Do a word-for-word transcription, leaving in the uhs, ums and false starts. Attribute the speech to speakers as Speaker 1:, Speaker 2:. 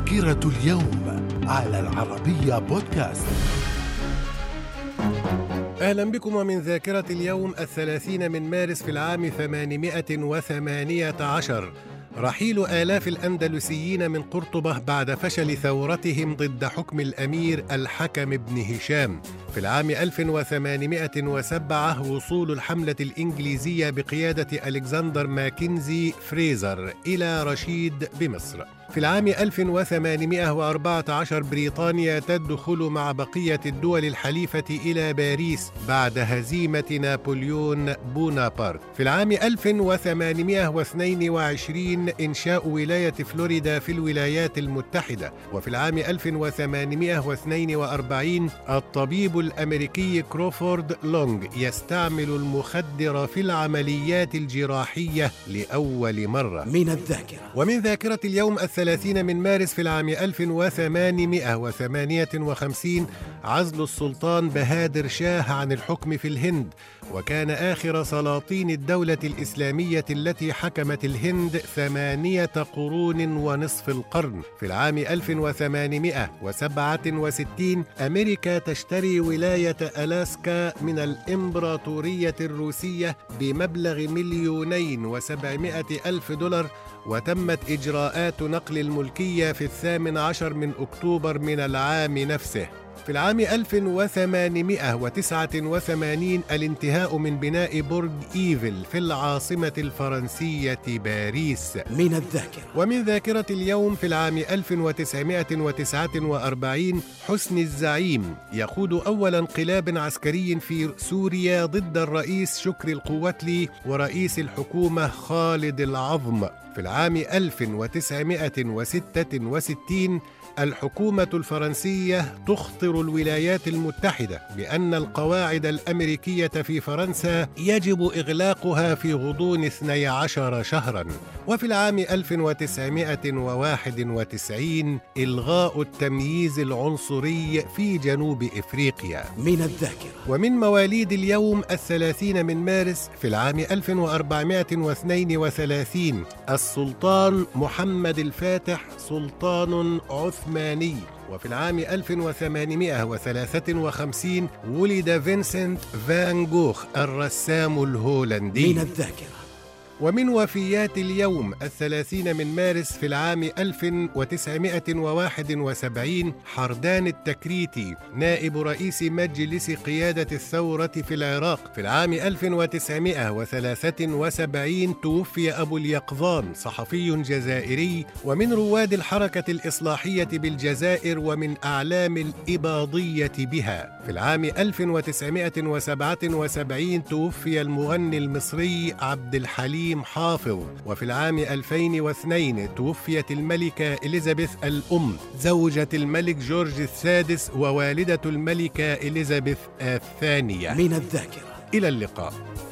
Speaker 1: ذاكرة اليوم على العربية بودكاست.
Speaker 2: أهلا بكم ومن ذاكرة اليوم الثلاثين من مارس في العام ثمانمائة وثمانية عشر. رحيل آلاف الأندلسيين من قرطبة بعد فشل ثورتهم ضد حكم الأمير الحكم بن هشام. في العام ألف وثمانمائة وسبعة وصول الحملة الإنجليزية بقيادة ألكسندر ماكنزي فريزر إلى رشيد بمصر. في العام ألف وثمانمائة وأربعة عشر بريطانيا تدخل مع بقية الدول الحليفة إلى باريس بعد هزيمة نابليون بونابرت. في العام ألف وثمانمائة واثنين وعشرين إنشاء ولاية فلوريدا في الولايات المتحدة. وفي العام ألف وثمانمائة واثنين وأربعين الطبيب الأمريكي كروفورد لونغ يستعمل المخدر في العمليات الجراحية لأول مرة.
Speaker 3: من الذاكرة.
Speaker 2: ومن ذاكرة اليوم الثلاثين من مارس في العام ألف وثمانمائة وثمانية وخمسين عزل السلطان بهادر شاه عن الحكم في الهند، وكان آخر سلاطين الدولة الإسلامية التي حكمت الهند ثمانية قرون ونصف القرن. في العام ألف وثمانمائة وسبعة وستين أمريكا تشتري ولاية ألاسكا من الإمبراطورية الروسية بمبلغ مليونين وسبعمائة ألف دولار، وتمت إجراءات نقل الملكية في الثامن عشر من أكتوبر من العام نفسه. في العام ألف وثمانمائة وتسعة وثمانين الانتهاء من بناء برج إيفل في العاصمة الفرنسية باريس.
Speaker 3: من الذاكرة.
Speaker 2: ومن ذاكرة اليوم في العام ألف وتسعمائة وتسعة وأربعين حسني الزعيم يقود أول انقلاب عسكري في سوريا ضد الرئيس شكري القوتلي ورئيس الحكومة خالد العظم. في العام ألف وتسعمائة وستة وستين الحكومة الفرنسية تخطر الولايات المتحدة بأن القواعد الأمريكية في فرنسا يجب إغلاقها في غضون اثني عشر شهراً. وفي العام ألف وتسعمائة وواحد وتسعين إلغاء التمييز العنصري في جنوب إفريقيا.
Speaker 3: من الذاكرة.
Speaker 2: ومن مواليد اليوم الثلاثين من مارس في العام ألف وأربعمائة واثنين وثلاثين السلطان محمد الفاتح سلطان عثماني. وفي العام ألف وثمانمائة وثلاثة وخمسين ولد فينسنت فان جوخ الرسام الهولندي.
Speaker 3: من الذاكرة.
Speaker 2: ومن وفيات اليوم الثلاثين من مارس في العام ألف وتسعمائة وواحد وسبعين حردان التكريتي نائب رئيس مجلس قيادة الثورة في العراق. في العام ألف وتسعمائة وثلاثة وسبعين توفي أبو اليقظان صحفي جزائري ومن رواد الحركة الإصلاحية بالجزائر ومن أعلام الإباضية بها. في العام ألف وتسعمائة وسبعة وسبعين توفي المغني المصري عبد الحليم حافظ. وفي العام ألفين واثنين توفيت الملكة إليزابيث الأم زوجة الملك جورج السادس ووالدة الملكة إليزابيث الثانية.
Speaker 3: من الذاكرة.
Speaker 2: إلى اللقاء.